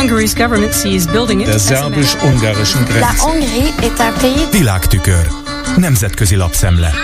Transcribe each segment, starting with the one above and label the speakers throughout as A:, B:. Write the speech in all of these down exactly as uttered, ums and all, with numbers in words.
A: Der szerbus-ungarischen Grenze.
B: Világtükör. Nemzetközi lapszemle.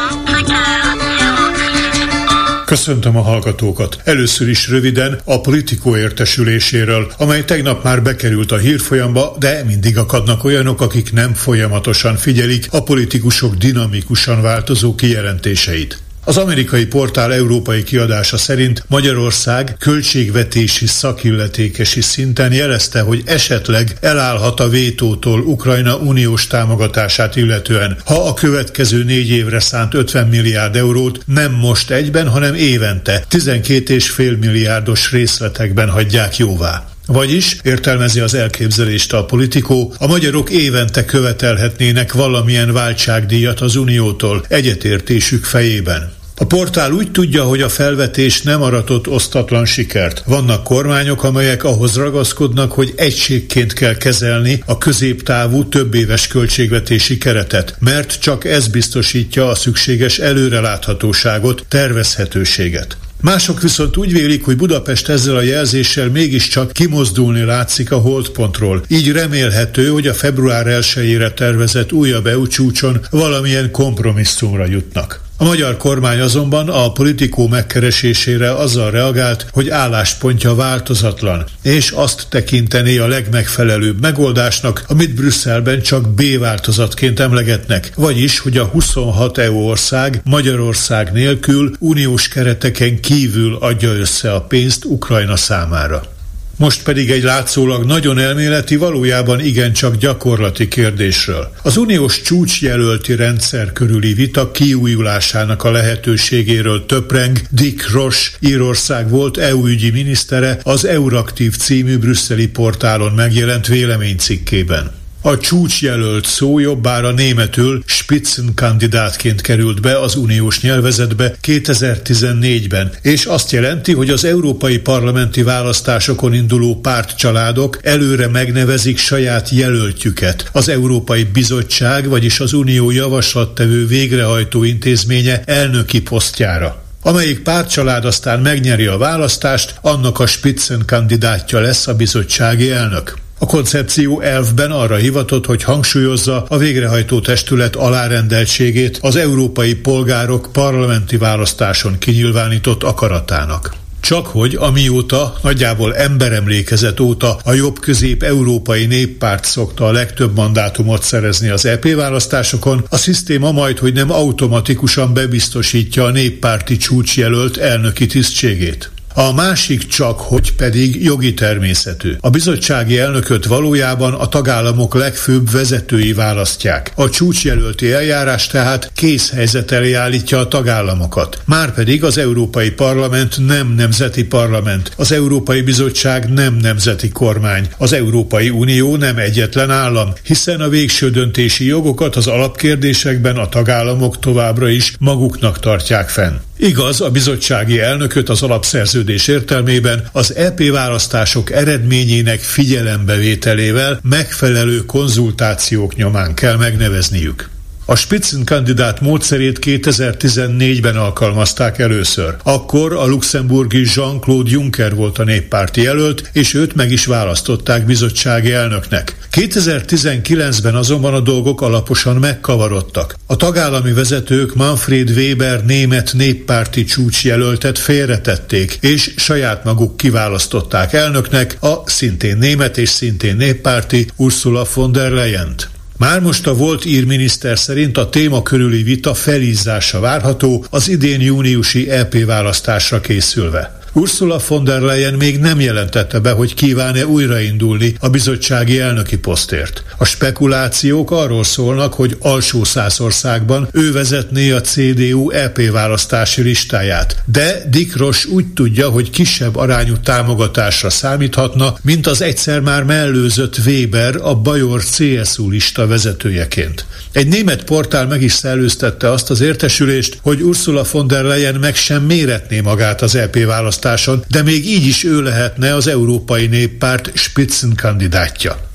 C: Köszöntöm a hallgatókat. Először is röviden a Politico értesüléséről, amely tegnap már bekerült a hírfolyamba, de mindig akadnak olyanok, akik nem folyamatosan figyelik a politikusok dinamikusan változó kijelentéseit. Az amerikai portál európai kiadása szerint Magyarország költségvetési szakilletékesi szinten jelezte, hogy esetleg elállhat a vétótól Ukrajna uniós támogatását illetően, ha a következő négy évre szánt ötven milliárd eurót nem most egyben, hanem évente tizenkét egész öt milliárdos részletekben hagyják jóvá. Vagyis, értelmezi az elképzelést a Politico, a magyarok évente követelhetnének valamilyen váltságdíjat az Uniótól egyetértésük fejében. A portál úgy tudja, hogy a felvetés nem aratott osztatlan sikert. Vannak kormányok, amelyek ahhoz ragaszkodnak, hogy egységként kell kezelni a középtávú többéves költségvetési keretet, mert csak ez biztosítja a szükséges előreláthatóságot, tervezhetőséget. Mások viszont úgy vélik, hogy Budapest ezzel a jelzéssel mégiscsak kimozdulni látszik a holdpontról. Így remélhető, hogy a február elsejére tervezett újabb é u csúcson valamilyen kompromisszumra jutnak. A magyar kormány azonban a Politico megkeresésére azzal reagált, hogy álláspontja változatlan, és azt tekintené a legmegfelelőbb megoldásnak, amit Brüsszelben csak B változatként emlegetnek, vagyis, hogy a huszonhat é u ország Magyarország nélkül uniós kereteken kívül adja össze a pénzt Ukrajna számára. Most pedig egy látszólag nagyon elméleti, valójában igencsak gyakorlati kérdésről. Az uniós csúcsjelölti rendszer körüli vita kiújulásának a lehetőségéről töpreng Dick Roche, Írország volt é u ügyi minisztere az Euraktív című brüsszeli portálon megjelent véleménycikkében. A csúcsjelölt szó jobbára németül Spitzenkandidátként került be az uniós nyelvezetbe kétezer-tizennégyben, és azt jelenti, hogy az európai parlamenti választásokon induló pártcsaládok előre megnevezik saját jelöltjüket az Európai Bizottság, vagyis az Unió javaslattevő végrehajtó intézménye elnöki posztjára. Amelyik pártcsalád aztán megnyeri a választást, annak a Spitzenkandidátja lesz a bizottsági elnök. A koncepció elvben arra hivatott, hogy hangsúlyozza a végrehajtó testület alárendeltségét az európai polgárok parlamenti választáson kinyilvánított akaratának. Csakhogy amióta, nagyjából emberemlékezet óta a jobb-közép európai néppárt szokta a legtöbb mandátumot szerezni az é pé választásokon, a szisztéma majd, hogy nem automatikusan bebiztosítja a néppárti csúcsjelölt elnöki tisztségét. A másik csak, hogy pedig jogi természetű. A bizottsági elnököt valójában a tagállamok legfőbb vezetői választják. A csúcsjelölti eljárás tehát készhelyzet elé állítja a tagállamokat. Márpedig az Európai Parlament nem nemzeti parlament, az Európai Bizottság nem nemzeti kormány, az Európai Unió nem egyetlen állam, hiszen a végső döntési jogokat az alapkérdésekben a tagállamok továbbra is maguknak tartják fenn. Igaz, a bizottsági elnököt az alapszerződés értelmében az é pé választások eredményének figyelembevételével megfelelő konzultációk nyomán kell megnevezniük. A Spitzenkandidát módszerét kétezer-tizennégyben alkalmazták először. Akkor a luxemburgi Jean-Claude Juncker volt a néppárti jelölt, és őt meg is választották bizottsági elnöknek. kétezer-tizenkilencben azonban a dolgok alaposan megkavarodtak. A tagállami vezetők Manfred Weber német néppárti csúcsjelöltet félretették, és saját maguk kiválasztották elnöknek a szintén német és szintén néppárti Ursula von der Leyent. Már most a volt ír miniszter szerint a téma körüli vita felizzása várható az idén júniusi é pé választásra készülve. Ursula von der Leyen még nem jelentette be, hogy kíván-e újraindulni a bizottsági elnöki posztért. A spekulációk arról szólnak, hogy alsó Szászországban ő vezetné a cé dé u é pé választási listáját. De Dick Roche úgy tudja, hogy kisebb arányú támogatásra számíthatna, mint az egyszer már mellőzött Weber a bajor cé es u lista vezetőjeként. Egy német portál meg is szellőztette azt az értesülést, hogy Ursula von der Leyen meg sem méretné magát az é pé választáson, de még így is ő lehetne az Európai Néppárt Spitzenkandidátja.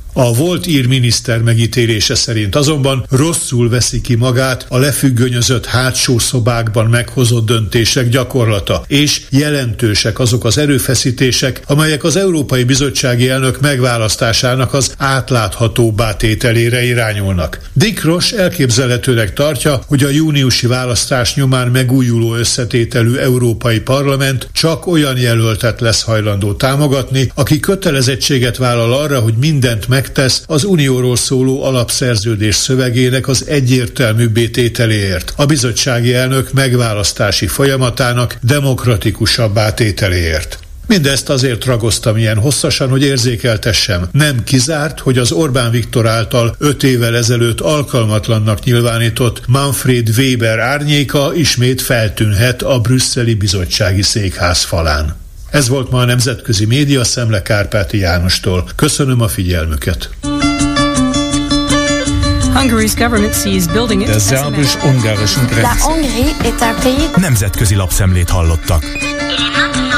C: A volt ír miniszter megítélése szerint azonban rosszul veszi ki magát a lefüggönyözött hátsó szobákban meghozott döntések gyakorlata, és jelentősek azok az erőfeszítések, amelyek az Európai Bizottsági elnök megválasztásának az átláthatóbbá tételére irányulnak. Dick Roche elképzelhetőnek tartja, hogy a júniusi választás nyomán megújuló összetételű Európai Parlament csak olyan jelöltet lesz hajlandó támogatni, aki kötelezettséget vállal arra, hogy mindent megtesz az unióról szóló alapszerződés szövegének az egyértelműbbé tételéért, a bizottsági elnök megválasztási folyamatának demokratikusabbá tételéért. Mindezt azért ragoztam ilyen hosszasan, hogy érzékeltessem. Nem kizárt, hogy az Orbán Viktor által öt évvel ezelőtt alkalmatlannak nyilvánított Manfred Weber árnyéka ismét feltűnhet a brüsszeli bizottsági székház falán. Ez volt ma a Nemzetközi Média Szemle Kárpáti Jánostól. Köszönöm a figyelmüket!
A: Der szerbus-ungarischen Grenze.
B: Nemzetközi lapszemlét hallottak.